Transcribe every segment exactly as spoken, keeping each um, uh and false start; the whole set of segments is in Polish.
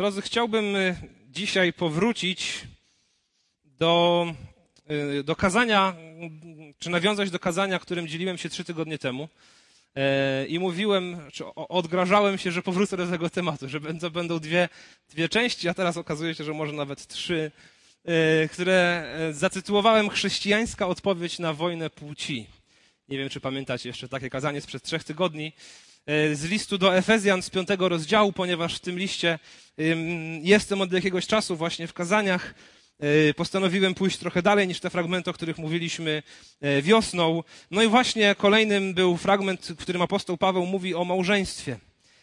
Drodzy, chciałbym dzisiaj powrócić do, do kazania, czy nawiązać do kazania, którym dzieliłem się trzy tygodnie temu. I mówiłem, czy odgrażałem się, że powrócę do tego tematu, że to będą dwie, dwie części, a teraz okazuje się, że może nawet trzy, które zatytułowałem Chrześcijańska odpowiedź na wojnę płci. Nie wiem, czy pamiętacie jeszcze takie kazanie sprzed trzech tygodni. Z listu do Efezjan z piątego rozdziału, ponieważ w tym liście jestem od jakiegoś czasu właśnie w kazaniach. Postanowiłem pójść trochę dalej niż te fragmenty, o których mówiliśmy wiosną. No i właśnie kolejnym był fragment, w którym apostoł Paweł mówi o małżeństwie.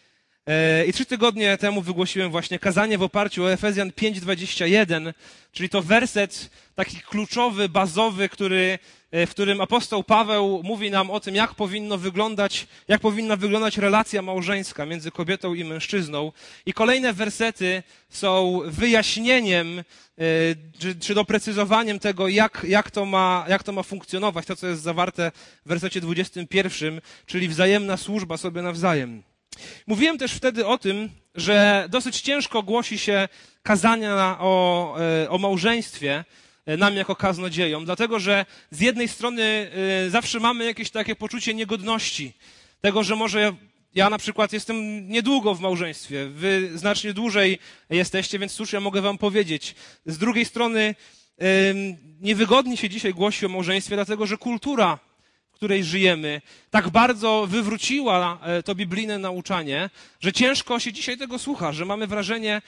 I trzy tygodnie temu wygłosiłem właśnie kazanie w oparciu o Efezjan pięć dwadzieścia jeden, czyli to werset taki kluczowy, bazowy, który, w którym apostoł Paweł mówi nam o tym, jak powinno wyglądać, jak powinna wyglądać relacja małżeńska między kobietą i mężczyzną. I kolejne wersety są wyjaśnieniem, czy, czy doprecyzowaniem tego, jak, jak, to ma, jak to ma funkcjonować, to co jest zawarte w wersecie dwudziestym pierwszym, czyli wzajemna służba sobie nawzajem. Mówiłem też wtedy o tym, że dosyć ciężko głosi się kazania o, o małżeństwie nam jako kaznodziejom, dlatego że z jednej strony zawsze mamy jakieś takie poczucie niegodności, tego, że może ja na przykład jestem niedługo w małżeństwie, wy znacznie dłużej jesteście, więc cóż ja mogę wam powiedzieć. Z drugiej strony niewygodnie się dzisiaj głosi o małżeństwie, dlatego że kultura, w której żyjemy, tak bardzo wywróciła to biblijne nauczanie, że ciężko się dzisiaj tego słucha, że mamy wrażenie,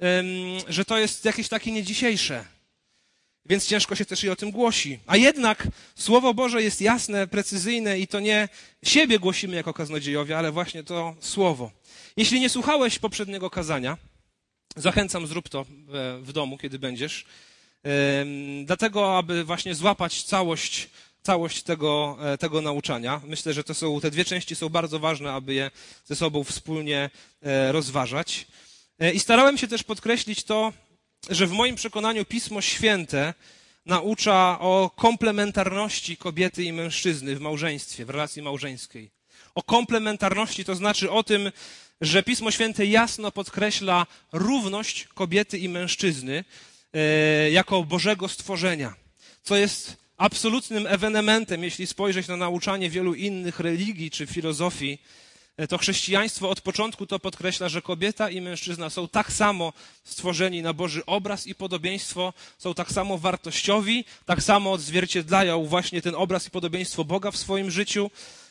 że to jest jakieś takie niedzisiejsze. Więc ciężko się też i o tym głosi. A jednak Słowo Boże jest jasne, precyzyjne i to nie siebie głosimy jako kaznodziejowie, ale właśnie to Słowo. Jeśli nie słuchałeś poprzedniego kazania, zachęcam, zrób to w domu, kiedy będziesz, dlatego, aby właśnie złapać całość całość tego, tego nauczania. Myślę, że to są, te dwie części są bardzo ważne, aby je ze sobą wspólnie rozważać. I starałem się też podkreślić to, że w moim przekonaniu Pismo Święte naucza o komplementarności kobiety i mężczyzny w małżeństwie, w relacji małżeńskiej. O komplementarności to znaczy o tym, że Pismo Święte jasno podkreśla równość kobiety i mężczyzny jako Bożego stworzenia, co jest absolutnym ewenementem, jeśli spojrzeć na nauczanie wielu innych religii czy filozofii, to chrześcijaństwo od początku to podkreśla, że kobieta i mężczyzna są tak samo stworzeni na Boży obraz i podobieństwo, są tak samo wartościowi, tak samo odzwierciedlają właśnie ten obraz i podobieństwo Boga w swoim życiu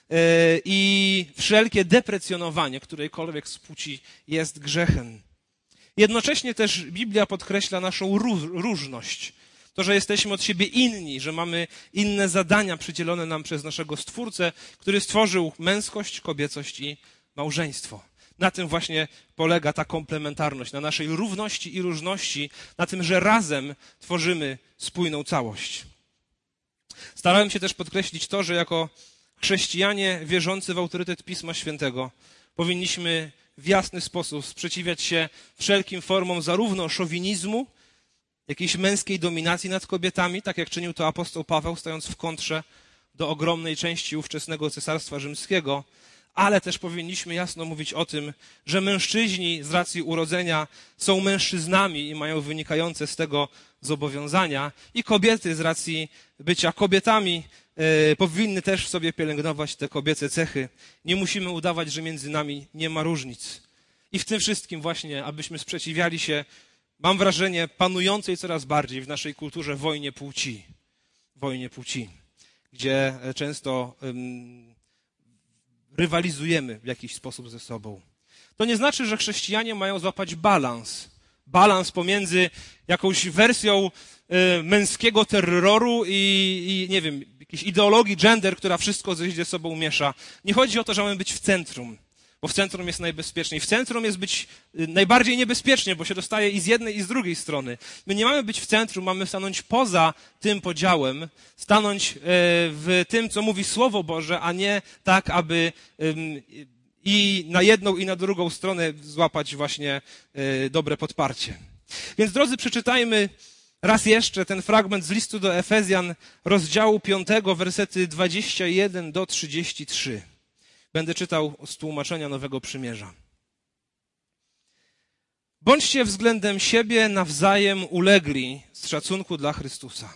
i wszelkie deprecjonowanie którejkolwiek z płci jest grzechem. Jednocześnie też Biblia podkreśla naszą różność. To, że jesteśmy od siebie inni, że mamy inne zadania przydzielone nam przez naszego Stwórcę, który stworzył męskość, kobiecość i małżeństwo. Na tym właśnie polega ta komplementarność, na naszej równości i różności, na tym, że razem tworzymy spójną całość. Starałem się też podkreślić to, że jako chrześcijanie wierzący w autorytet Pisma Świętego powinniśmy w jasny sposób sprzeciwiać się wszelkim formom zarówno szowinizmu, jakiejś męskiej dominacji nad kobietami, tak jak czynił to apostoł Paweł, stając w kontrze do ogromnej części ówczesnego Cesarstwa Rzymskiego, ale też powinniśmy jasno mówić o tym, że mężczyźni z racji urodzenia są mężczyznami i mają wynikające z tego zobowiązania i kobiety z racji bycia kobietami e, powinny też w sobie pielęgnować te kobiece cechy. Nie musimy udawać, że między nami nie ma różnic. I w tym wszystkim właśnie, abyśmy sprzeciwiali się, mam wrażenie, panującej coraz bardziej w naszej kulturze wojnie płci. Wojnie płci, gdzie często um, rywalizujemy w jakiś sposób ze sobą. To nie znaczy, że chrześcijanie mają złapać balans. Balans pomiędzy jakąś wersją y, męskiego terroru i, i, nie wiem, jakiejś ideologii gender, która wszystko ze sobą miesza. Nie chodzi o to, że mamy być w centrum. Bo w centrum jest najbezpieczniej. W centrum jest być najbardziej niebezpiecznie, bo się dostaje i z jednej, i z drugiej strony. My nie mamy być w centrum, mamy stanąć poza tym podziałem, stanąć w tym, co mówi Słowo Boże, a nie tak, aby i na jedną, i na drugą stronę złapać właśnie dobre podparcie. Więc drodzy, przeczytajmy raz jeszcze ten fragment z listu do Efezjan, rozdziału piątego, wersety dwadzieścia jeden do trzydziestu trzech. Będę czytał z tłumaczenia Nowego Przymierza. Bądźcie względem siebie nawzajem ulegli z szacunku dla Chrystusa.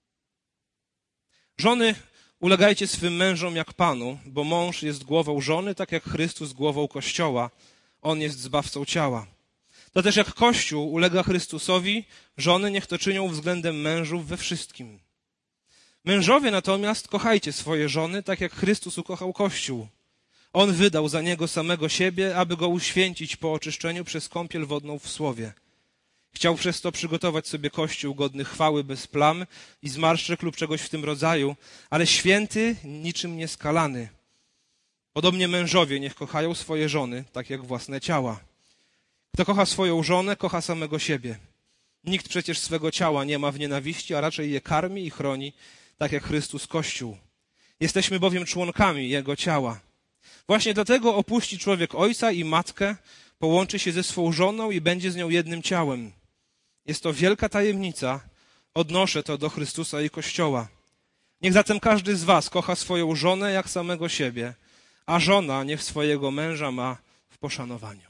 Żony, ulegajcie swym mężom jak Panu, bo mąż jest głową żony, tak jak Chrystus głową Kościoła. On jest zbawcą ciała. To też jak Kościół ulega Chrystusowi, żony niech to czynią względem mężów we wszystkim. Mężowie natomiast kochajcie swoje żony, tak jak Chrystus ukochał Kościół. On wydał za niego samego siebie, aby go uświęcić po oczyszczeniu przez kąpiel wodną w słowie. Chciał przez to przygotować sobie Kościół godny chwały bez plam i zmarszczek lub czegoś w tym rodzaju, ale święty, niczym nieskalany. Podobnie mężowie niech kochają swoje żony, tak jak własne ciała. Kto kocha swoją żonę, kocha samego siebie. Nikt przecież swego ciała nie ma w nienawiści, a raczej je karmi i chroni, tak jak Chrystus Kościół. Jesteśmy bowiem członkami Jego ciała. Właśnie dlatego opuści człowiek ojca i matkę, połączy się ze swą żoną i będzie z nią jednym ciałem. Jest to wielka tajemnica, odnoszę to do Chrystusa i Kościoła. Niech zatem każdy z was kocha swoją żonę jak samego siebie, a żona niech swojego męża ma w poszanowaniu.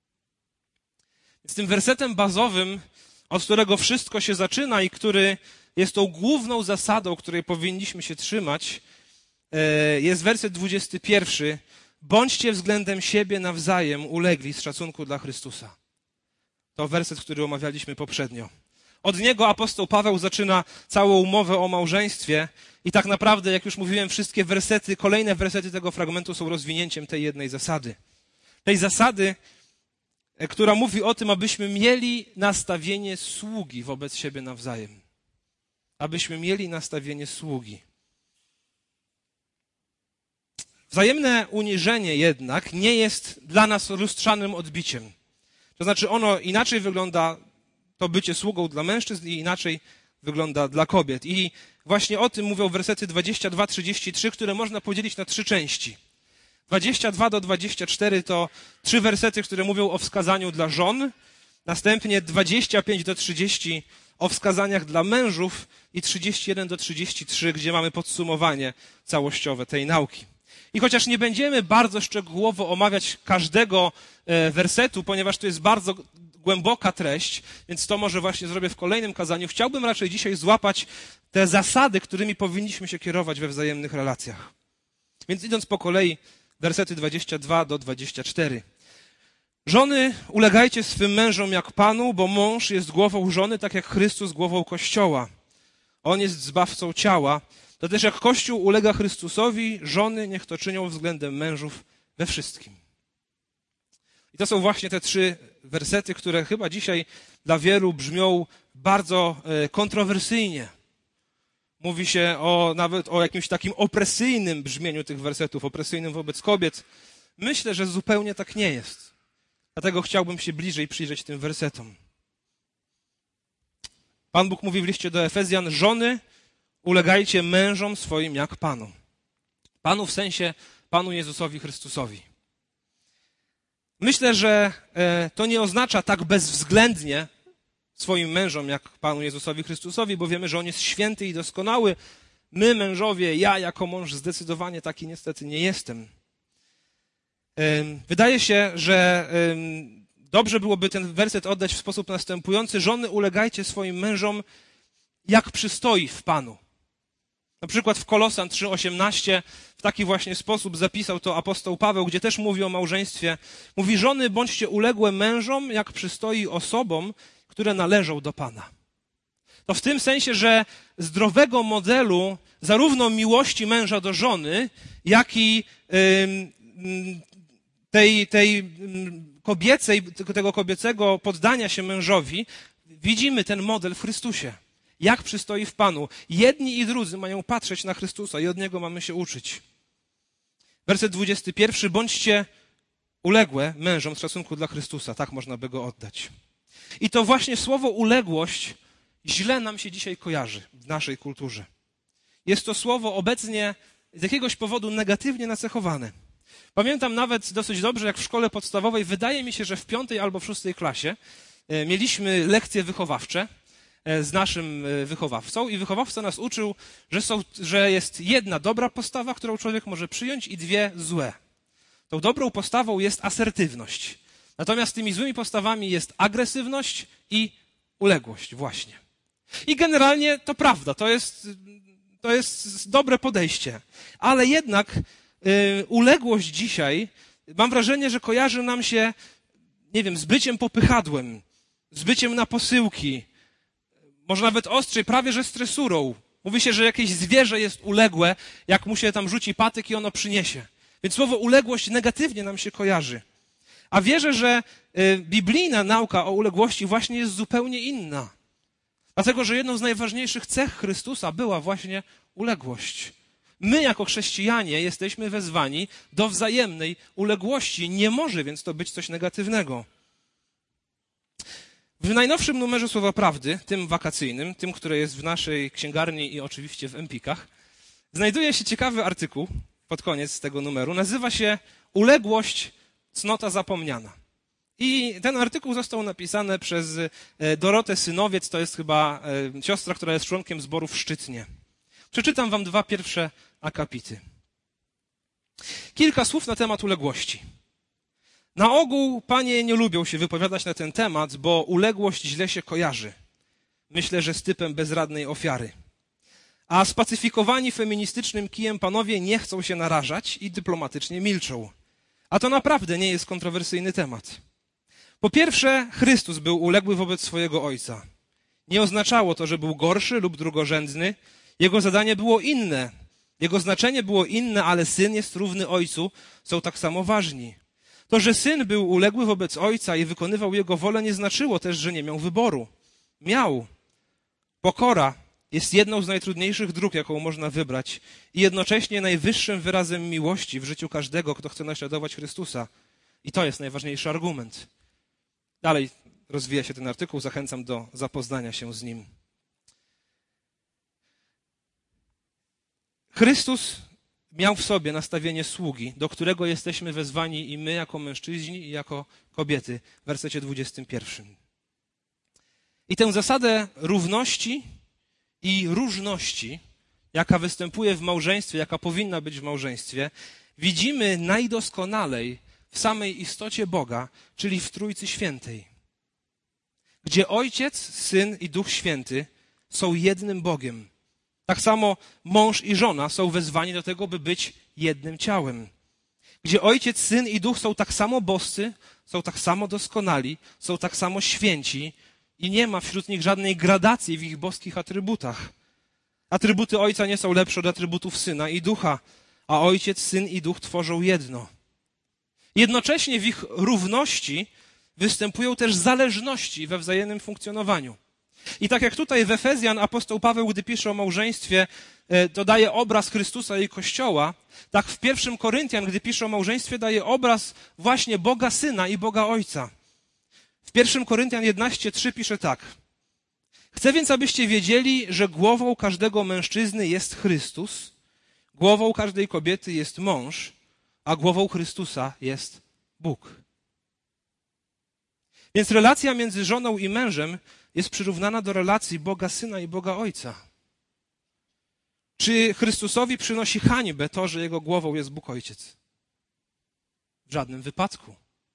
Z tym wersetem bazowym, od którego wszystko się zaczyna i który jest tą główną zasadą, której powinniśmy się trzymać, jest werset dwudziesty pierwszy. Bądźcie względem siebie nawzajem ulegli z szacunku dla Chrystusa. To werset, który omawialiśmy poprzednio. Od niego apostoł Paweł zaczyna całą umowę o małżeństwie i tak naprawdę, jak już mówiłem, wszystkie wersety, kolejne wersety tego fragmentu są rozwinięciem tej jednej zasady. Tej zasady, która mówi o tym, abyśmy mieli nastawienie sługi wobec siebie nawzajem. Abyśmy mieli nastawienie sługi. Wzajemne uniżenie jednak nie jest dla nas lustrzanym odbiciem. To znaczy ono inaczej wygląda, to bycie sługą dla mężczyzn i inaczej wygląda dla kobiet. I właśnie o tym mówią wersety dwadzieścia dwa trzydzieści trzy, które można podzielić na trzy części. dwadzieścia dwa do dwudziestu czterech to trzy wersety, które mówią o wskazaniu dla żon, następnie dwadzieścia pięć do trzydziestu o wskazaniach dla mężów i trzydzieści jeden do trzydziestu trzech, gdzie mamy podsumowanie całościowe tej nauki. I chociaż nie będziemy bardzo szczegółowo omawiać każdego wersetu, ponieważ to jest bardzo głęboka treść, więc to może właśnie zrobię w kolejnym kazaniu, chciałbym raczej dzisiaj złapać te zasady, którymi powinniśmy się kierować we wzajemnych relacjach. Więc idąc po kolei, wersety dwadzieścia dwa do dwudziestu czterech. Żony, ulegajcie swym mężom jak Panu, bo mąż jest głową żony, tak jak Chrystus głową Kościoła. On jest zbawcą ciała. To też jak Kościół ulega Chrystusowi, żony niech to czynią względem mężów we wszystkim. I to są właśnie te trzy wersety, które chyba dzisiaj dla wielu brzmią bardzo kontrowersyjnie. Mówi się o, nawet o jakimś takim opresyjnym brzmieniu tych wersetów, opresyjnym wobec kobiet. Myślę, że zupełnie tak nie jest. Dlatego chciałbym się bliżej przyjrzeć tym wersetom. Pan Bóg mówi w liście do Efezjan, żony, ulegajcie mężom swoim jak Panu. Panu w sensie Panu Jezusowi Chrystusowi. Myślę, że to nie oznacza tak bezwzględnie swoim mężom jak Panu Jezusowi Chrystusowi, bo wiemy, że On jest święty i doskonały. My, mężowie, ja jako mąż zdecydowanie taki niestety nie jestem. Wydaje się, że dobrze byłoby ten werset oddać w sposób następujący. Żony, ulegajcie swoim mężom jak przystoi w Panu. Na przykład w Kolosan trzy osiemnaście w taki właśnie sposób zapisał to apostoł Paweł, gdzie też mówi o małżeństwie. Mówi, żony, bądźcie uległe mężom, jak przystoi osobom, które należą do Pana. To w tym sensie, że zdrowego modelu zarówno miłości męża do żony, jak i tej, tej kobiecej, tego kobiecego poddania się mężowi, widzimy ten model w Chrystusie. Jak przystoi w Panu. Jedni i drudzy mają patrzeć na Chrystusa i od Niego mamy się uczyć. Werset dwudziesty pierwszy. Bądźcie uległe mężom z szacunku dla Chrystusa. Tak można by go oddać. I to właśnie słowo uległość źle nam się dzisiaj kojarzy w naszej kulturze. Jest to słowo obecnie z jakiegoś powodu negatywnie nacechowane. Pamiętam nawet dosyć dobrze, jak w szkole podstawowej, wydaje mi się, że w piątej albo w szóstej klasie mieliśmy lekcje wychowawcze z naszym wychowawcą i wychowawca nas uczył, że, są, że jest jedna dobra postawa, którą człowiek może przyjąć i dwie złe. Tą dobrą postawą jest asertywność. Natomiast tymi złymi postawami jest agresywność i uległość właśnie. I generalnie to prawda, to jest, to jest dobre podejście. Ale jednak y, uległość dzisiaj, mam wrażenie, że kojarzy nam się, nie wiem, z byciem popychadłem, z byciem na posyłki, może nawet ostrzej, prawie że stresurą. Mówi się, że jakieś zwierzę jest uległe, jak mu się tam rzuci patyk i ono przyniesie. Więc słowo uległość negatywnie nam się kojarzy. A wierzę, że y, biblijna nauka o uległości właśnie jest zupełnie inna. Dlatego, że jedną z najważniejszych cech Chrystusa była właśnie uległość. My jako chrześcijanie jesteśmy wezwani do wzajemnej uległości. Nie może więc to być coś negatywnego. W najnowszym numerze Słowa Prawdy, tym wakacyjnym, tym, który jest w naszej księgarni i oczywiście w Empikach, znajduje się ciekawy artykuł pod koniec tego numeru. Nazywa się Uległość, cnota zapomniana. I ten artykuł został napisany przez Dorotę Synowiec, to jest chyba siostra, która jest członkiem zboru w Szczytnie. Przeczytam wam dwa pierwsze akapity. Kilka słów na temat uległości. Na ogół panie nie lubią się wypowiadać na ten temat, bo uległość źle się kojarzy. Myślę, że z typem bezradnej ofiary. A spacyfikowani feministycznym kijem panowie nie chcą się narażać i dyplomatycznie milczą. A to naprawdę nie jest kontrowersyjny temat. Po pierwsze, Chrystus był uległy wobec swojego Ojca. Nie oznaczało to, że był gorszy lub drugorzędny. Jego zadanie było inne. Jego znaczenie było inne, ale Syn jest równy Ojcu, są tak samo ważni. To, że Syn był uległy wobec Ojca i wykonywał Jego wolę, nie znaczyło też, że nie miał wyboru. Miał. Pokora jest jedną z najtrudniejszych dróg, jaką można wybrać i jednocześnie najwyższym wyrazem miłości w życiu każdego, kto chce naśladować Chrystusa. I to jest najważniejszy argument. Dalej rozwija się ten artykuł, zachęcam do zapoznania się z nim. Chrystus miał w sobie nastawienie sługi, do którego jesteśmy wezwani i my jako mężczyźni i jako kobiety w wersecie dwudziestym pierwszym. I tę zasadę równości i różności, jaka występuje w małżeństwie, jaka powinna być w małżeństwie, widzimy najdoskonalej w samej istocie Boga, czyli w Trójcy Świętej, gdzie Ojciec, Syn i Duch Święty są jednym Bogiem. Tak samo mąż i żona są wezwani do tego, by być jednym ciałem. Gdzie Ojciec, Syn i Duch są tak samo boscy, są tak samo doskonali, są tak samo święci i nie ma wśród nich żadnej gradacji w ich boskich atrybutach. Atrybuty Ojca nie są lepsze od atrybutów Syna i Ducha, a Ojciec, Syn i Duch tworzą jedno. Jednocześnie w ich równości występują też zależności we wzajemnym funkcjonowaniu. I tak jak tutaj w Efezjan apostoł Paweł, gdy pisze o małżeństwie, to daje obraz Chrystusa i Kościoła, tak w pierwszym Koryntian, gdy pisze o małżeństwie, daje obraz właśnie Boga Syna i Boga Ojca. W pierwszym Koryntian jedenaście trzy pisze tak. Chcę więc, abyście wiedzieli, że głową każdego mężczyzny jest Chrystus, głową każdej kobiety jest mąż, a głową Chrystusa jest Bóg. Więc relacja między żoną i mężem jest przyrównana do relacji Boga Syna i Boga Ojca. Czy Chrystusowi przynosi hańbę to, że jego głową jest Bóg Ojciec? W żadnym wypadku.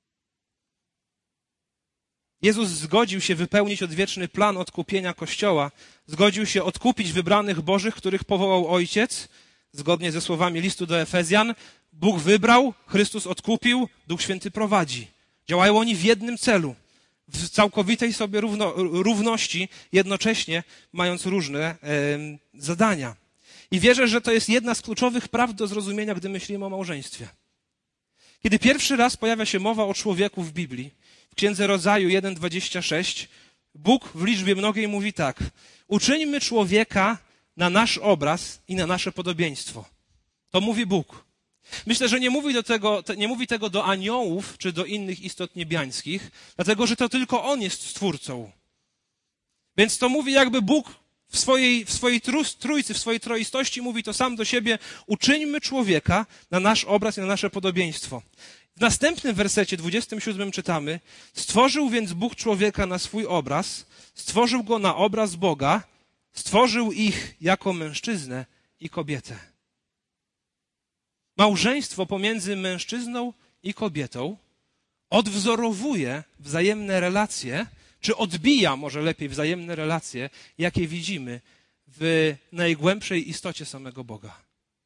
Jezus zgodził się wypełnić odwieczny plan odkupienia Kościoła. Zgodził się odkupić wybranych Bożych, których powołał Ojciec. Zgodnie ze słowami listu do Efezjan, Bóg wybrał, Chrystus odkupił, Duch Święty prowadzi. Działają oni w jednym celu. W całkowitej sobie równo, równości, jednocześnie mając różne e, zadania. I wierzę, że to jest jedna z kluczowych prawd do zrozumienia, gdy myślimy o małżeństwie. Kiedy pierwszy raz pojawia się mowa o człowieku w Biblii, w Księdze Rodzaju jeden dwadzieścia sześć, Bóg w liczbie mnogiej mówi tak. Uczyńmy człowieka na nasz obraz i na nasze podobieństwo. To mówi Bóg. Myślę, że nie mówi, do tego, nie mówi tego do aniołów czy do innych istot niebiańskich, dlatego że to tylko On jest Stwórcą. Więc to mówi jakby Bóg w swojej, w swojej trójcy, w swojej troistości mówi to sam do siebie. Uczyńmy człowieka na nasz obraz i na nasze podobieństwo. W następnym wersecie, dwudziestym siódmym czytamy, stworzył więc Bóg człowieka na swój obraz, stworzył go na obraz Boga, stworzył ich jako mężczyznę i kobietę. Małżeństwo pomiędzy mężczyzną i kobietą odwzorowuje wzajemne relacje, czy odbija może lepiej wzajemne relacje, jakie widzimy w najgłębszej istocie samego Boga.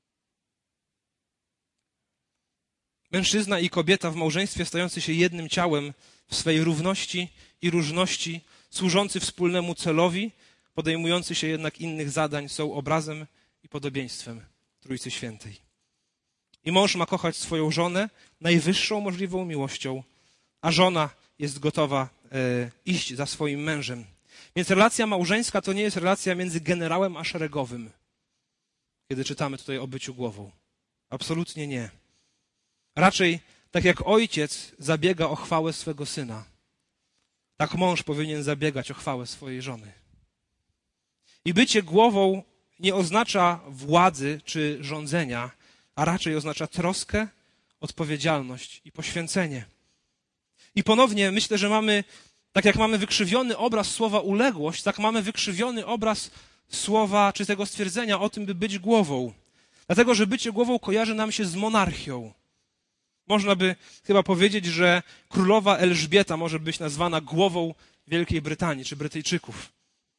Mężczyzna i kobieta w małżeństwie stający się jednym ciałem w swej równości i różności, służący wspólnemu celowi, podejmujący się jednak innych zadań, są obrazem i podobieństwem Trójcy Świętej. I mąż ma kochać swoją żonę najwyższą możliwą miłością, a żona jest gotowa e, iść za swoim mężem. Więc relacja małżeńska to nie jest relacja między generałem a szeregowym, kiedy czytamy tutaj o byciu głową. Absolutnie nie. Raczej, tak jak ojciec zabiega o chwałę swego syna, tak mąż powinien zabiegać o chwałę swojej żony. I bycie głową nie oznacza władzy czy rządzenia, a raczej oznacza troskę, odpowiedzialność i poświęcenie. I ponownie myślę, że mamy, tak jak mamy wykrzywiony obraz słowa uległość, tak mamy wykrzywiony obraz słowa czy tego stwierdzenia o tym, by być głową. Dlatego, że bycie głową kojarzy nam się z monarchią. Można by chyba powiedzieć, że królowa Elżbieta może być nazwana głową Wielkiej Brytanii czy Brytyjczyków.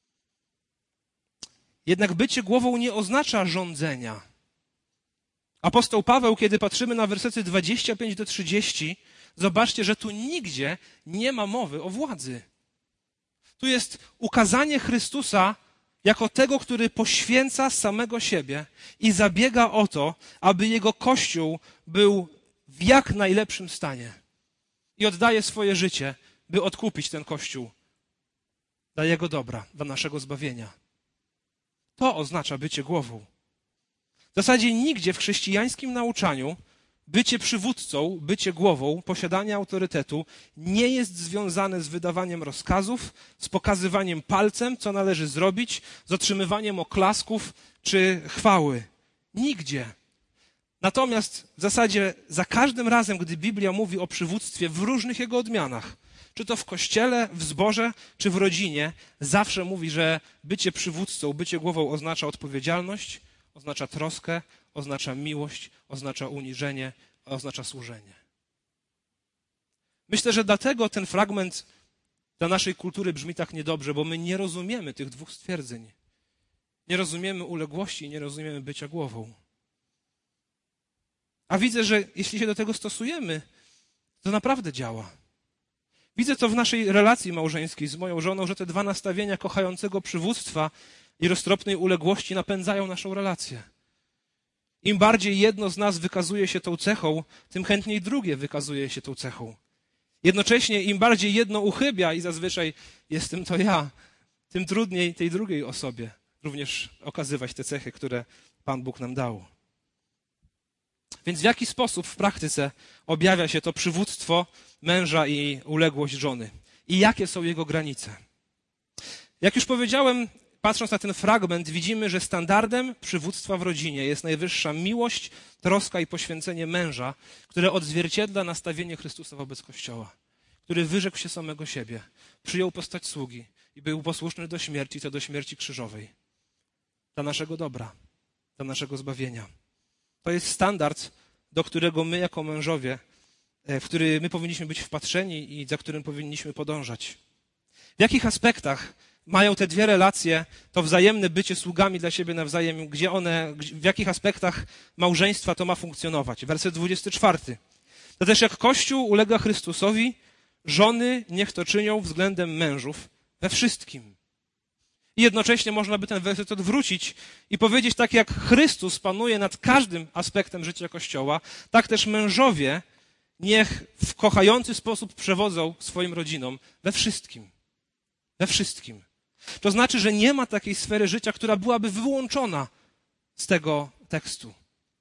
Jednak bycie głową nie oznacza rządzenia. Apostoł Paweł, kiedy patrzymy na wersety dwadzieścia pięć do trzydziestu, zobaczcie, że tu nigdzie nie ma mowy o władzy. Tu jest ukazanie Chrystusa jako tego, który poświęca samego siebie i zabiega o to, aby jego Kościół był w jak najlepszym stanie. I oddaje swoje życie, by odkupić ten Kościół dla jego dobra, dla naszego zbawienia. To oznacza bycie głową. W zasadzie nigdzie w chrześcijańskim nauczaniu bycie przywódcą, bycie głową, posiadanie autorytetu nie jest związane z wydawaniem rozkazów, z pokazywaniem palcem, co należy zrobić, z otrzymywaniem oklasków czy chwały. Nigdzie. Natomiast w zasadzie za każdym razem, gdy Biblia mówi o przywództwie w różnych jego odmianach, czy to w kościele, w zborze, czy w rodzinie, zawsze mówi, że bycie przywódcą, bycie głową oznacza odpowiedzialność, oznacza troskę, oznacza miłość, oznacza uniżenie, oznacza służenie. Myślę, że dlatego ten fragment dla naszej kultury brzmi tak niedobrze, bo my nie rozumiemy tych dwóch stwierdzeń. Nie rozumiemy uległości i nie rozumiemy bycia głową. A widzę, że jeśli się do tego stosujemy, to naprawdę działa. Widzę to w naszej relacji małżeńskiej z moją żoną, że te dwa nastawienia kochającego przywództwa i roztropnej uległości napędzają naszą relację. Im bardziej jedno z nas wykazuje się tą cechą, tym chętniej drugie wykazuje się tą cechą. Jednocześnie im bardziej jedno uchybia i zazwyczaj jestem to ja, tym trudniej tej drugiej osobie również okazywać te cechy, które Pan Bóg nam dał. Więc w jaki sposób w praktyce objawia się to przywództwo męża i uległość żony? I jakie są jego granice? Jak już powiedziałem, patrząc na ten fragment, widzimy, że standardem przywództwa w rodzinie jest najwyższa miłość, troska i poświęcenie męża, które odzwierciedla nastawienie Chrystusa wobec Kościoła, który wyrzekł się samego siebie, przyjął postać sługi i był posłuszny do śmierci, co do śmierci krzyżowej. Dla naszego dobra, dla naszego zbawienia. To jest standard, do którego my jako mężowie, w który my powinniśmy być wpatrzeni i za którym powinniśmy podążać. W jakich aspektach mają te dwie relacje, to wzajemne bycie sługami dla siebie nawzajem, gdzie one, w jakich aspektach małżeństwa to ma funkcjonować? Werset dwudziesty czwarty. To też jak Kościół ulega Chrystusowi, żony niech to czynią względem mężów we wszystkim. I jednocześnie można by ten werset odwrócić i powiedzieć, tak jak Chrystus panuje nad każdym aspektem życia Kościoła, tak też mężowie niech w kochający sposób przewodzą swoim rodzinom we wszystkim. We wszystkim. To znaczy, że nie ma takiej sfery życia, która byłaby wyłączona z tego tekstu.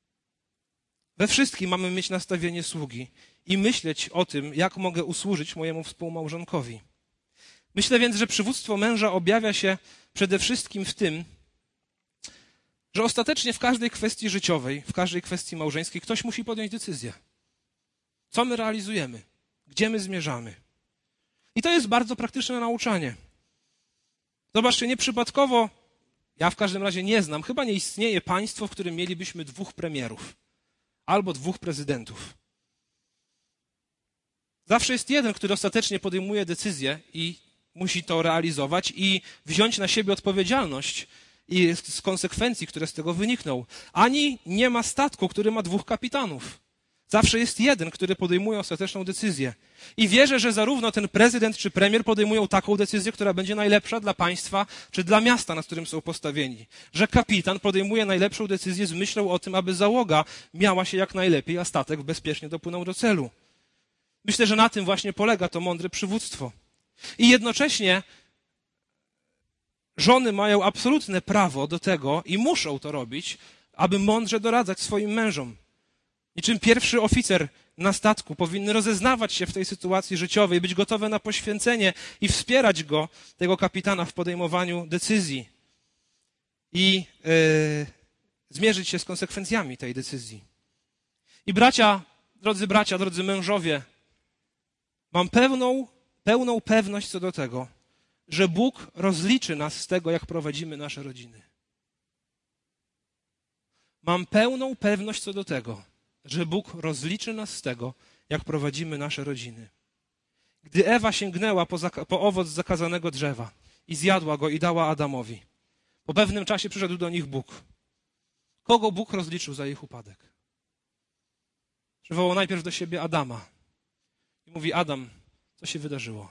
We wszystkim mamy mieć nastawienie sługi i myśleć o tym, jak mogę usłużyć mojemu współmałżonkowi. Myślę więc, że przywództwo męża objawia się przede wszystkim w tym, że ostatecznie w każdej kwestii życiowej, w każdej kwestii małżeńskiej ktoś musi podjąć decyzję. Co my realizujemy? Gdzie my zmierzamy? I to jest bardzo praktyczne nauczanie. Zobaczcie, nieprzypadkowo, ja w każdym razie nie znam, chyba nie istnieje państwo, w którym mielibyśmy dwóch premierów albo dwóch prezydentów. Zawsze jest jeden, który ostatecznie podejmuje decyzję i musi to realizować i wziąć na siebie odpowiedzialność i z konsekwencji, które z tego wynikną. Ani nie ma statku, który ma dwóch kapitanów. Zawsze jest jeden, który podejmuje ostateczną decyzję. I wierzę, że zarówno ten prezydent czy premier podejmują taką decyzję, która będzie najlepsza dla państwa czy dla miasta, na którym są postawieni. Że kapitan podejmuje najlepszą decyzję z myślą o tym, aby załoga miała się jak najlepiej, a statek bezpiecznie dopłynął do celu. Myślę, że na tym właśnie polega to mądre przywództwo. I jednocześnie żony mają absolutne prawo do tego i muszą to robić, aby mądrze doradzać swoim mężom. Niczym pierwszy oficer na statku powinny rozeznawać się w tej sytuacji życiowej, być gotowe na poświęcenie i wspierać go, tego kapitana, w podejmowaniu decyzji i yy, zmierzyć się z konsekwencjami tej decyzji. I bracia, drodzy bracia, drodzy mężowie, mam pełną, pełną pewność co do tego, że Bóg rozliczy nas z tego, jak prowadzimy nasze rodziny. Mam pełną pewność co do tego, że Bóg rozliczy nas z tego, jak prowadzimy nasze rodziny. Gdy Ewa sięgnęła po, zaka- po owoc zakazanego drzewa i zjadła go i dała Adamowi, po pewnym czasie przyszedł do nich Bóg. Kogo Bóg rozliczył za ich upadek? Przywołał najpierw do siebie Adama i mówi: Adam, co się wydarzyło?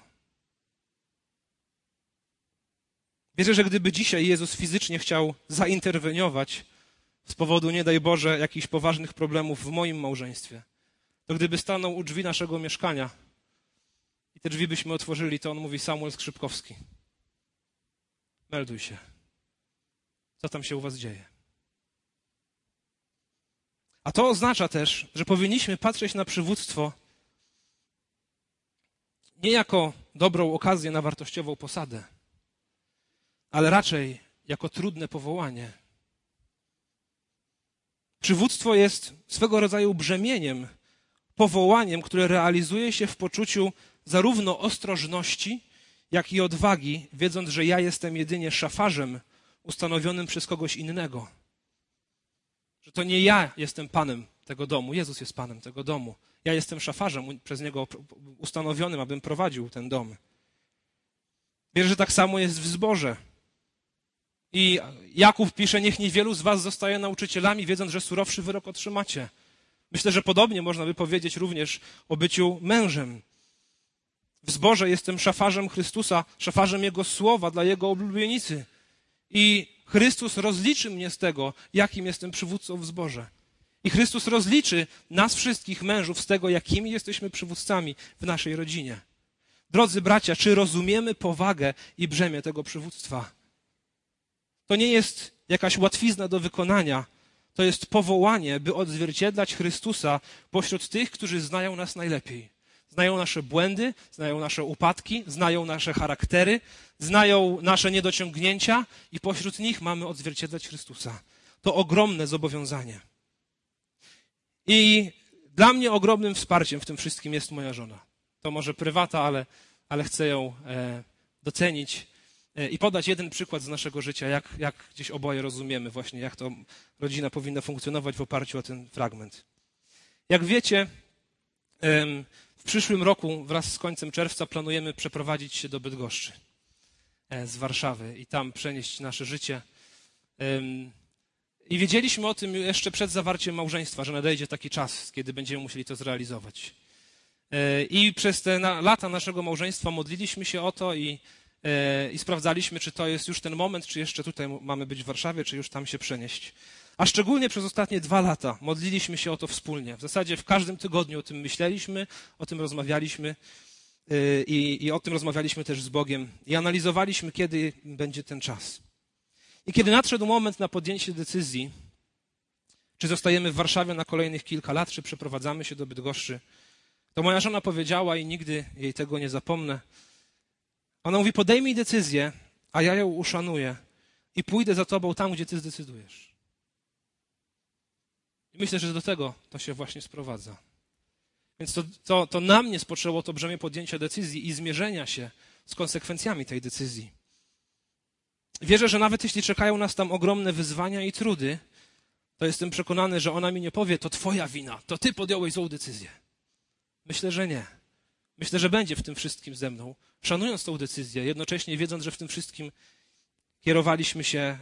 Wierzę, że gdyby dzisiaj Jezus fizycznie chciał zainterweniować z powodu, nie daj Boże, jakichś poważnych problemów w moim małżeństwie, to gdyby stanął u drzwi naszego mieszkania i te drzwi byśmy otworzyli, to on mówi: Samuel Skrzypkowski, melduj się. Co tam się u was dzieje? A to oznacza też, że powinniśmy patrzeć na przywództwo nie jako dobrą okazję na wartościową posadę, ale raczej jako trudne powołanie. Przywództwo jest swego rodzaju brzemieniem, powołaniem, które realizuje się w poczuciu zarówno ostrożności, jak i odwagi, wiedząc, że ja jestem jedynie szafarzem ustanowionym przez kogoś innego. Że to nie ja jestem panem tego domu, Jezus jest panem tego domu. Ja jestem szafarzem przez Niego ustanowionym, abym prowadził ten dom. Wierzę, że tak samo jest w zborze. I Jakub pisze: niech niewielu z was zostaje nauczycielami, wiedząc, że surowszy wyrok otrzymacie. Myślę, że podobnie można by powiedzieć również o byciu mężem. W zborze jestem szafarzem Chrystusa, szafarzem Jego słowa dla Jego oblubienicy. I Chrystus rozliczy mnie z tego, jakim jestem przywódcą w zborze. I Chrystus rozliczy nas wszystkich mężów z tego, jakimi jesteśmy przywódcami w naszej rodzinie. Drodzy bracia, czy rozumiemy powagę i brzemię tego przywództwa? To nie jest jakaś łatwizna do wykonania. To jest powołanie, by odzwierciedlać Chrystusa pośród tych, którzy znają nas najlepiej. Znają nasze błędy, znają nasze upadki, znają nasze charaktery, znają nasze niedociągnięcia i pośród nich mamy odzwierciedlać Chrystusa. To ogromne zobowiązanie. I dla mnie ogromnym wsparciem w tym wszystkim jest moja żona. To może prywata, ale, ale chcę ją e, docenić e, i podać jeden przykład z naszego życia, jak, jak gdzieś oboje rozumiemy właśnie, jak to rodzina powinna funkcjonować w oparciu o ten fragment. Jak wiecie, e, w przyszłym roku wraz z końcem czerwca planujemy przeprowadzić się do Bydgoszczy e, z Warszawy i tam przenieść nasze życie. E, I wiedzieliśmy o tym jeszcze przed zawarciem małżeństwa, że nadejdzie taki czas, kiedy będziemy musieli to zrealizować. I przez te lata naszego małżeństwa modliliśmy się o to i, i sprawdzaliśmy, czy to jest już ten moment, czy jeszcze tutaj mamy być w Warszawie, czy już tam się przenieść. A szczególnie przez ostatnie dwa lata modliliśmy się o to wspólnie. W zasadzie w każdym tygodniu o tym myśleliśmy, o tym rozmawialiśmy i, i o tym rozmawialiśmy też z Bogiem i analizowaliśmy, kiedy będzie ten czas. I kiedy nadszedł moment na podjęcie decyzji, czy zostajemy w Warszawie na kolejnych kilka lat, czy przeprowadzamy się do Bydgoszczy, to moja żona powiedziała, i nigdy jej tego nie zapomnę, ona mówi: podejmij decyzję, a ja ją uszanuję i pójdę za tobą tam, gdzie ty zdecydujesz. I myślę, że do tego to się właśnie sprowadza. Więc to, to, to na mnie spoczęło to brzemię podjęcia decyzji i zmierzenia się z konsekwencjami tej decyzji. Wierzę, że nawet jeśli czekają nas tam ogromne wyzwania i trudy, to jestem przekonany, że ona mi nie powie: to twoja wina, to ty podjąłeś złą decyzję. Myślę, że nie. Myślę, że będzie w tym wszystkim ze mną, szanując tą decyzję, jednocześnie wiedząc, że w tym wszystkim kierowaliśmy się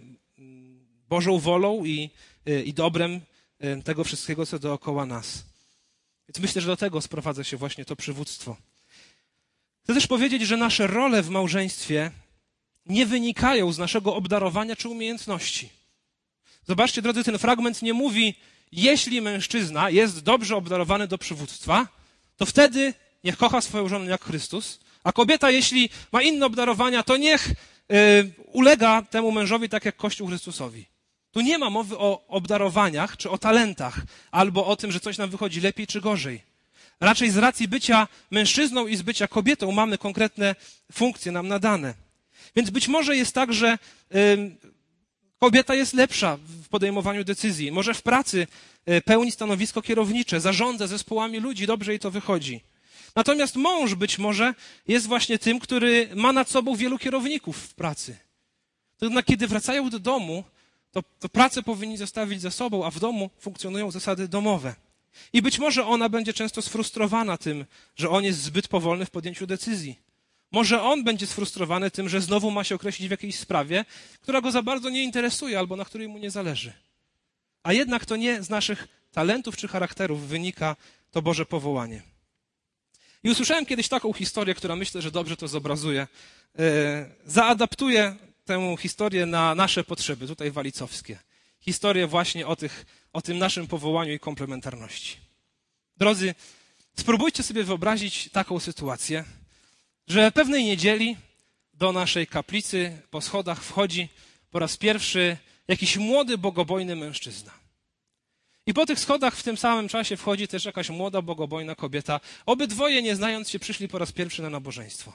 Bożą wolą i, i dobrem tego wszystkiego, co dookoła nas. Więc myślę, że do tego sprowadza się właśnie to przywództwo. Chcę też powiedzieć, że nasze role w małżeństwie nie wynikają z naszego obdarowania czy umiejętności. Zobaczcie, drodzy, ten fragment nie mówi, jeśli mężczyzna jest dobrze obdarowany do przywództwa, to wtedy niech kocha swoją żonę jak Chrystus, a kobieta, jeśli ma inne obdarowania, to niech y, ulega temu mężowi tak jak Kościół Chrystusowi. Tu nie ma mowy o obdarowaniach czy o talentach, albo o tym, że coś nam wychodzi lepiej czy gorzej. Raczej z racji bycia mężczyzną i z bycia kobietą mamy konkretne funkcje nam nadane. Więc być może jest tak, że y, kobieta jest lepsza w podejmowaniu decyzji. Może w pracy y, pełni stanowisko kierownicze, zarządza zespołami ludzi, dobrze jej to wychodzi. Natomiast mąż być może jest właśnie tym, który ma nad sobą wielu kierowników w pracy. To jednak kiedy wracają do domu, to, to pracę powinni zostawić za sobą, a w domu funkcjonują zasady domowe. I być może ona będzie często sfrustrowana tym, że on jest zbyt powolny w podjęciu decyzji. Może on będzie sfrustrowany tym, że znowu ma się określić w jakiejś sprawie, która go za bardzo nie interesuje albo na której mu nie zależy. A jednak to nie z naszych talentów czy charakterów wynika to Boże powołanie. I usłyszałem kiedyś taką historię, która myślę, że dobrze to zobrazuje. Zaadaptuję tę historię na nasze potrzeby, tutaj walicowskie. Historię właśnie o, tych, o tym naszym powołaniu i komplementarności. Drodzy, spróbujcie sobie wyobrazić taką sytuację, że pewnej niedzieli do naszej kaplicy po schodach wchodzi po raz pierwszy jakiś młody, bogobojny mężczyzna. I po tych schodach w tym samym czasie wchodzi też jakaś młoda, bogobojna kobieta. Obydwoje, nie znając się, przyszli po raz pierwszy na nabożeństwo.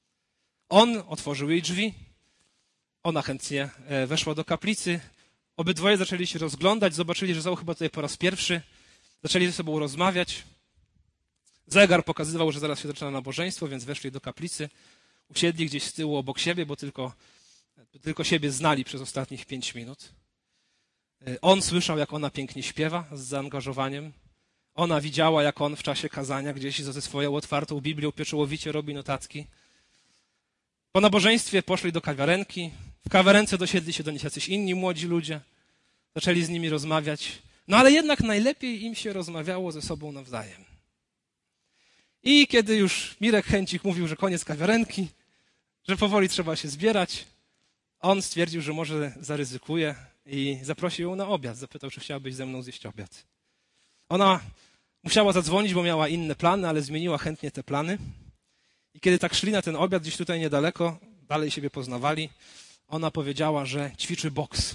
On otworzył jej drzwi, ona chętnie weszła do kaplicy. Obydwoje zaczęli się rozglądać, zobaczyli, że są chyba tutaj po raz pierwszy. Zaczęli ze sobą rozmawiać. Zegar pokazywał, że zaraz się zaczyna nabożeństwo, więc weszli do kaplicy. Usiedli gdzieś z tyłu obok siebie, bo tylko, tylko siebie znali przez ostatnich pięć minut. On słyszał, jak ona pięknie śpiewa z zaangażowaniem. Ona widziała, jak on w czasie kazania gdzieś ze swoją otwartą Biblią pieczołowicie robi notatki. Po nabożeństwie poszli do kawiarenki. W kawiarence dosiedli się do nich jacyś inni młodzi ludzie. Zaczęli z nimi rozmawiać. No ale jednak najlepiej im się rozmawiało ze sobą nawzajem. I kiedy już Mirek Chęcik mówił, że koniec kawiarenki, że powoli trzeba się zbierać, on stwierdził, że może zaryzykuje i zaprosił ją na obiad. Zapytał, czy chciałabyś ze mną zjeść obiad. Ona musiała zadzwonić, bo miała inne plany, ale zmieniła chętnie te plany. I kiedy tak szli na ten obiad gdzieś tutaj niedaleko, dalej siebie poznawali, ona powiedziała, że ćwiczy boks.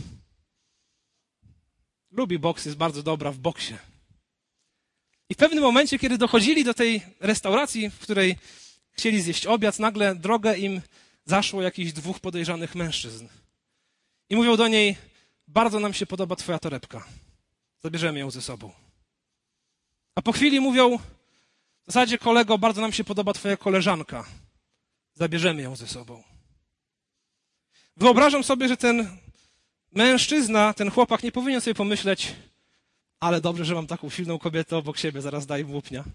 Lubi boks, jest bardzo dobra w boksie. I w pewnym momencie, kiedy dochodzili do tej restauracji, w której chcieli zjeść obiad, nagle drogę im zaszło jakichś dwóch podejrzanych mężczyzn. I mówią do niej, bardzo nam się podoba twoja torebka. Zabierzemy ją ze sobą. A po chwili mówią, w zasadzie kolego, bardzo nam się podoba twoja koleżanka. Zabierzemy ją ze sobą. Wyobrażam sobie, że ten mężczyzna, ten chłopak nie powinien sobie pomyśleć, ale dobrze, że mam taką silną kobietę obok siebie, zaraz daj mu łupnia.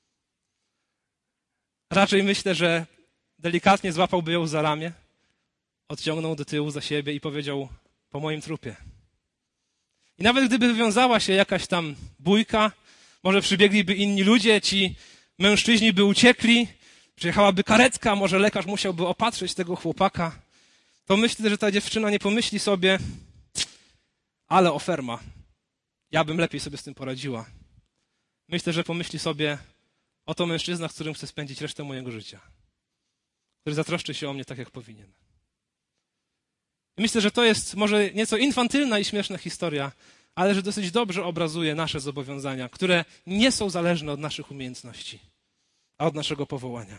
Raczej myślę, że delikatnie złapałby ją za ramię, odciągnął do tyłu za siebie i powiedział, po moim trupie. I nawet gdyby wywiązała się jakaś tam bójka, może przybiegliby inni ludzie, ci mężczyźni by uciekli, przyjechałaby karetka, może lekarz musiałby opatrzyć tego chłopaka, to myślę, że ta dziewczyna nie pomyśli sobie, ale oferma, ja bym lepiej sobie z tym poradziła. Myślę, że pomyśli sobie, oto mężczyzna, z którym chcę spędzić resztę mojego życia, który zatroszczy się o mnie tak, jak powinien. I myślę, że to jest może nieco infantylna i śmieszna historia, ale że dosyć dobrze obrazuje nasze zobowiązania, które nie są zależne od naszych umiejętności, a od naszego powołania.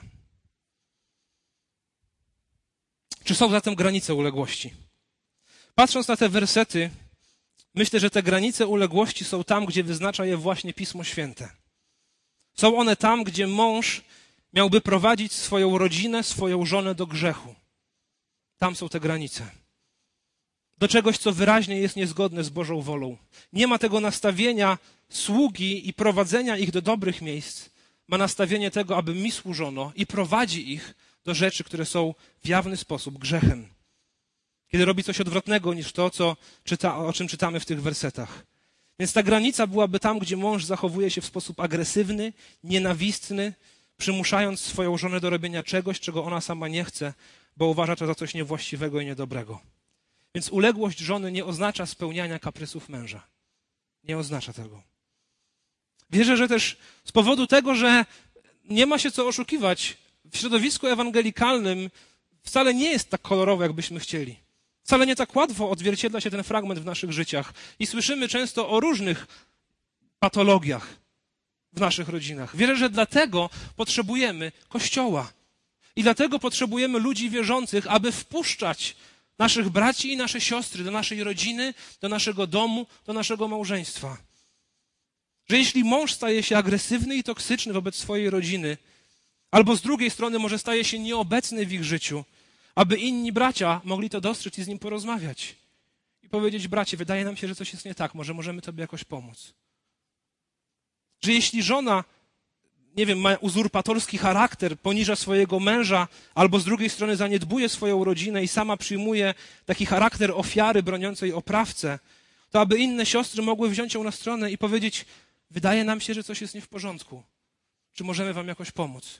Czy są zatem granice uległości? Patrząc na te wersety, myślę, że te granice uległości są tam, gdzie wyznacza je właśnie Pismo Święte. Są one tam, gdzie mąż miałby prowadzić swoją rodzinę, swoją żonę do grzechu. Tam są te granice. Do czegoś, co wyraźnie jest niezgodne z Bożą wolą. Nie ma tego nastawienia sługi i prowadzenia ich do dobrych miejsc, ma nastawienie tego, aby mi służono i prowadzi ich do rzeczy, które są w jawny sposób grzechem. Kiedy robi coś odwrotnego niż to, co czyta, o czym czytamy w tych wersetach. Więc ta granica byłaby tam, gdzie mąż zachowuje się w sposób agresywny, nienawistny, przymuszając swoją żonę do robienia czegoś, czego ona sama nie chce, bo uważa to za coś niewłaściwego i niedobrego. Więc uległość żony nie oznacza spełniania kaprysów męża. Nie oznacza tego. Wierzę, że też z powodu tego, że nie ma się co oszukiwać, w środowisku ewangelikalnym wcale nie jest tak kolorowo, jakbyśmy chcieli. Wcale nie tak łatwo odzwierciedla się ten fragment w naszych życiach. I słyszymy często o różnych patologiach w naszych rodzinach. Wierzę, że dlatego potrzebujemy Kościoła. I dlatego potrzebujemy ludzi wierzących, aby wpuszczać naszych braci i nasze siostry do naszej rodziny, do naszego domu, do naszego małżeństwa. Że jeśli mąż staje się agresywny i toksyczny wobec swojej rodziny, albo z drugiej strony może staje się nieobecny w ich życiu, aby inni bracia mogli to dostrzec i z nim porozmawiać. I powiedzieć: bracie, wydaje nam się, że coś jest nie tak, może możemy tobie jakoś pomóc. Że jeśli żona, nie wiem, ma uzurpatorski charakter, poniża swojego męża, albo z drugiej strony zaniedbuje swoją rodzinę i sama przyjmuje taki charakter ofiary broniącej oprawcę, to aby inne siostry mogły wziąć ją na stronę i powiedzieć: wydaje nam się, że coś jest nie w porządku. Czy możemy wam jakoś pomóc?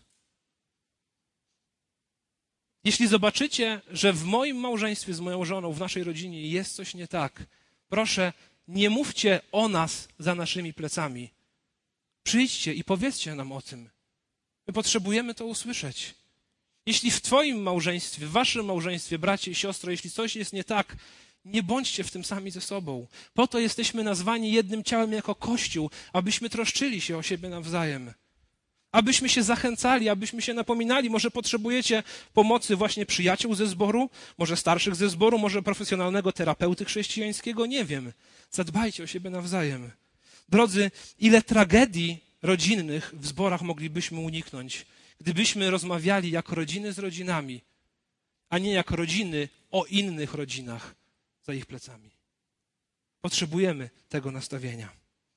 Jeśli zobaczycie, że w moim małżeństwie z moją żoną, w naszej rodzinie jest coś nie tak, proszę, nie mówcie o nas za naszymi plecami. Przyjdźcie i powiedzcie nam o tym. My potrzebujemy to usłyszeć. Jeśli w twoim małżeństwie, w waszym małżeństwie, bracie i siostro, jeśli coś jest nie tak, nie bądźcie w tym sami ze sobą. Po to jesteśmy nazwani jednym ciałem jako Kościół, abyśmy troszczyli się o siebie nawzajem. Abyśmy się zachęcali, abyśmy się napominali. Może potrzebujecie pomocy właśnie przyjaciół ze zboru, może starszych ze zboru, może profesjonalnego terapeuty chrześcijańskiego, nie wiem. Zadbajcie o siebie nawzajem. Drodzy, ile tragedii rodzinnych w zborach moglibyśmy uniknąć, gdybyśmy rozmawiali jak rodziny z rodzinami, a nie jak rodziny o innych rodzinach za ich plecami. Potrzebujemy tego nastawienia.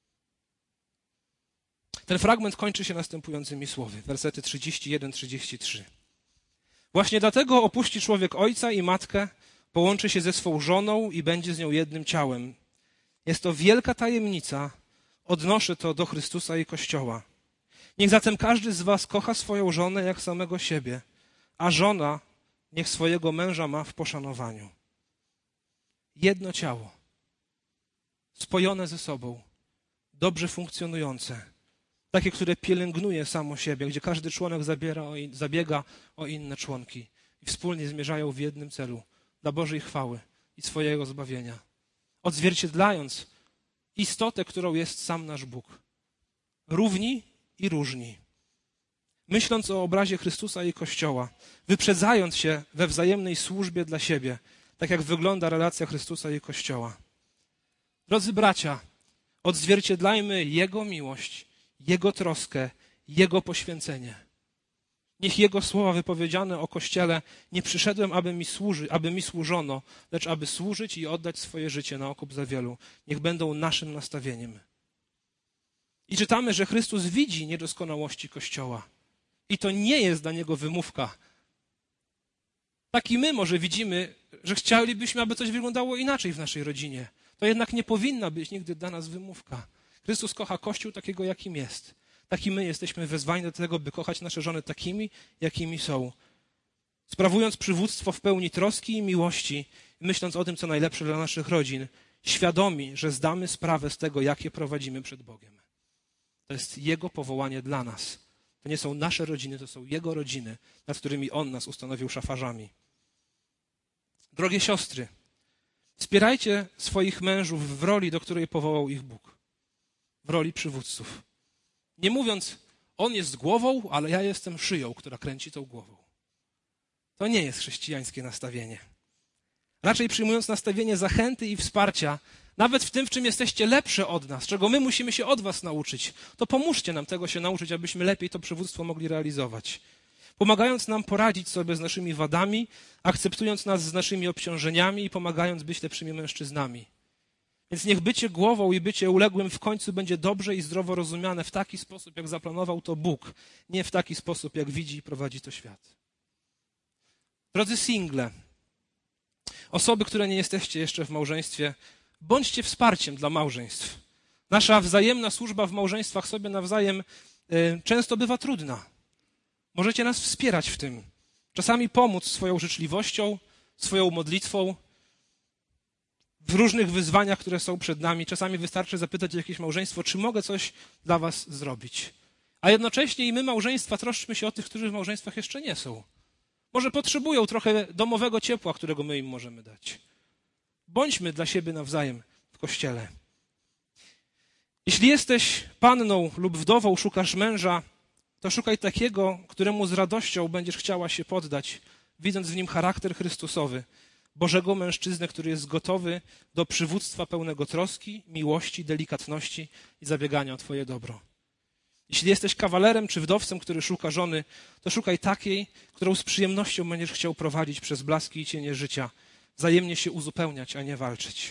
Ten fragment kończy się następującymi słowy, wersety trzydzieści jeden trzydzieści trzy. Właśnie dlatego opuści człowiek ojca i matkę, połączy się ze swą żoną i będzie z nią jednym ciałem. Jest to wielka tajemnica, odnoszę to do Chrystusa i Kościoła. Niech zatem każdy z was kocha swoją żonę jak samego siebie, a żona niech swojego męża ma w poszanowaniu. Jedno ciało, spojone ze sobą, dobrze funkcjonujące, takie, które pielęgnuje samo siebie, gdzie każdy członek zabiera o in, zabiega o inne członki i wspólnie zmierzają w jednym celu, dla Bożej chwały i swojego zbawienia, odzwierciedlając istotę, którą jest sam nasz Bóg. Równi i różni. Myśląc o obrazie Chrystusa i Kościoła, wyprzedzając się we wzajemnej służbie dla siebie, tak jak wygląda relacja Chrystusa i Kościoła. Drodzy bracia, odzwierciedlajmy Jego miłość, Jego troskę, Jego poświęcenie. Niech Jego słowa wypowiedziane o Kościele: nie przyszedłem, aby mi, służy, aby mi służono, lecz aby służyć i oddać swoje życie na okup za wielu. Niech będą naszym nastawieniem. I czytamy, że Chrystus widzi niedoskonałości Kościoła. I to nie jest dla Niego wymówka. Tak i my może widzimy, że chcielibyśmy, aby coś wyglądało inaczej w naszej rodzinie. To jednak nie powinna być nigdy dla nas wymówka. Chrystus kocha Kościół takiego, jakim jest. Tak i my jesteśmy wezwani do tego, by kochać nasze żony takimi, jakimi są. Sprawując przywództwo w pełni troski i miłości, myśląc o tym, co najlepsze dla naszych rodzin, świadomi, że zdamy sprawę z tego, jak je prowadzimy przed Bogiem. To jest Jego powołanie dla nas. To nie są nasze rodziny, to są Jego rodziny, nad którymi On nas ustanowił szafarzami. Drogie siostry, wspierajcie swoich mężów w roli, do której powołał ich Bóg. W roli przywódców. Nie mówiąc: on jest głową, ale ja jestem szyją, która kręci tą głową. To nie jest chrześcijańskie nastawienie. Raczej przyjmując nastawienie zachęty i wsparcia, nawet w tym, w czym jesteście lepsze od nas, czego my musimy się od was nauczyć, to pomóżcie nam tego się nauczyć, abyśmy lepiej to przywództwo mogli realizować. Pomagając nam poradzić sobie z naszymi wadami, akceptując nas z naszymi obciążeniami i pomagając być lepszymi mężczyznami. Więc niech bycie głową i bycie uległym w końcu będzie dobrze i zdrowo rozumiane w taki sposób, jak zaplanował to Bóg, nie w taki sposób, jak widzi i prowadzi to świat. Drodzy single, osoby, które nie jesteście jeszcze w małżeństwie, bądźcie wsparciem dla małżeństw. Nasza wzajemna służba w małżeństwach sobie nawzajem y, często bywa trudna. Możecie nas wspierać w tym. Czasami pomóc swoją życzliwością, swoją modlitwą, w różnych wyzwaniach, które są przed nami. Czasami wystarczy zapytać jakieś małżeństwo, czy mogę coś dla was zrobić. A jednocześnie i my, małżeństwa, troszczmy się o tych, którzy w małżeństwach jeszcze nie są. Może potrzebują trochę domowego ciepła, którego my im możemy dać. Bądźmy dla siebie nawzajem w Kościele. Jeśli jesteś panną lub wdową, szukasz męża, to szukaj takiego, któremu z radością będziesz chciała się poddać, widząc w nim charakter Chrystusowy, Bożego mężczyznę, który jest gotowy do przywództwa pełnego troski, miłości, delikatności i zabiegania o twoje dobro. Jeśli jesteś kawalerem czy wdowcem, który szuka żony, to szukaj takiej, którą z przyjemnością będziesz chciał prowadzić przez blaski i cienie życia, wzajemnie się uzupełniać, a nie walczyć.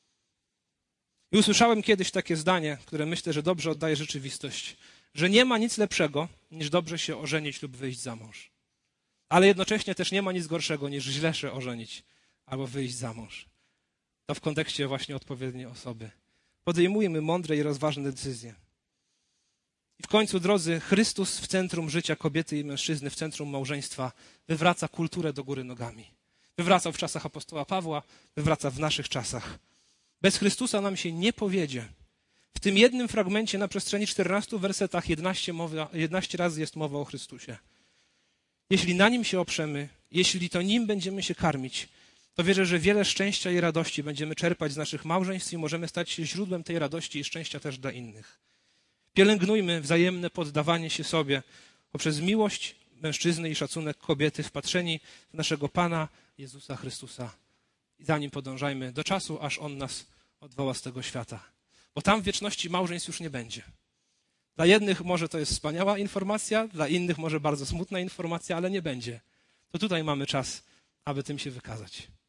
I usłyszałem kiedyś takie zdanie, które myślę, że dobrze oddaje rzeczywistość, że nie ma nic lepszego, niż dobrze się ożenić lub wyjść za mąż. Ale jednocześnie też nie ma nic gorszego, niż źle się ożenić albo wyjść za mąż. To w kontekście właśnie odpowiedniej osoby. Podejmujmy mądre i rozważne decyzje. I w końcu, drodzy, Chrystus w centrum życia kobiety i mężczyzny, w centrum małżeństwa, wywraca kulturę do góry nogami. Wywracał w czasach apostoła Pawła, wywraca w naszych czasach. Bez Chrystusa nam się nie powiedzie. W tym jednym fragmencie na przestrzeni czternastu wersetach jedenaście, mowa, jedenaście razy jest mowa o Chrystusie. Jeśli na Nim się oprzemy, jeśli to Nim będziemy się karmić, to wierzę, że wiele szczęścia i radości będziemy czerpać z naszych małżeństw i możemy stać się źródłem tej radości i szczęścia też dla innych. Pielęgnujmy wzajemne poddawanie się sobie poprzez miłość mężczyzny i szacunek kobiety, wpatrzeni w naszego Pana Jezusa Chrystusa. I za Nim podążajmy do czasu, aż On nas odwoła z tego świata. Bo tam w wieczności małżeństw już nie będzie. Dla jednych może to jest wspaniała informacja, dla innych może bardzo smutna informacja, ale nie będzie. To tutaj mamy czas, aby tym się wykazać.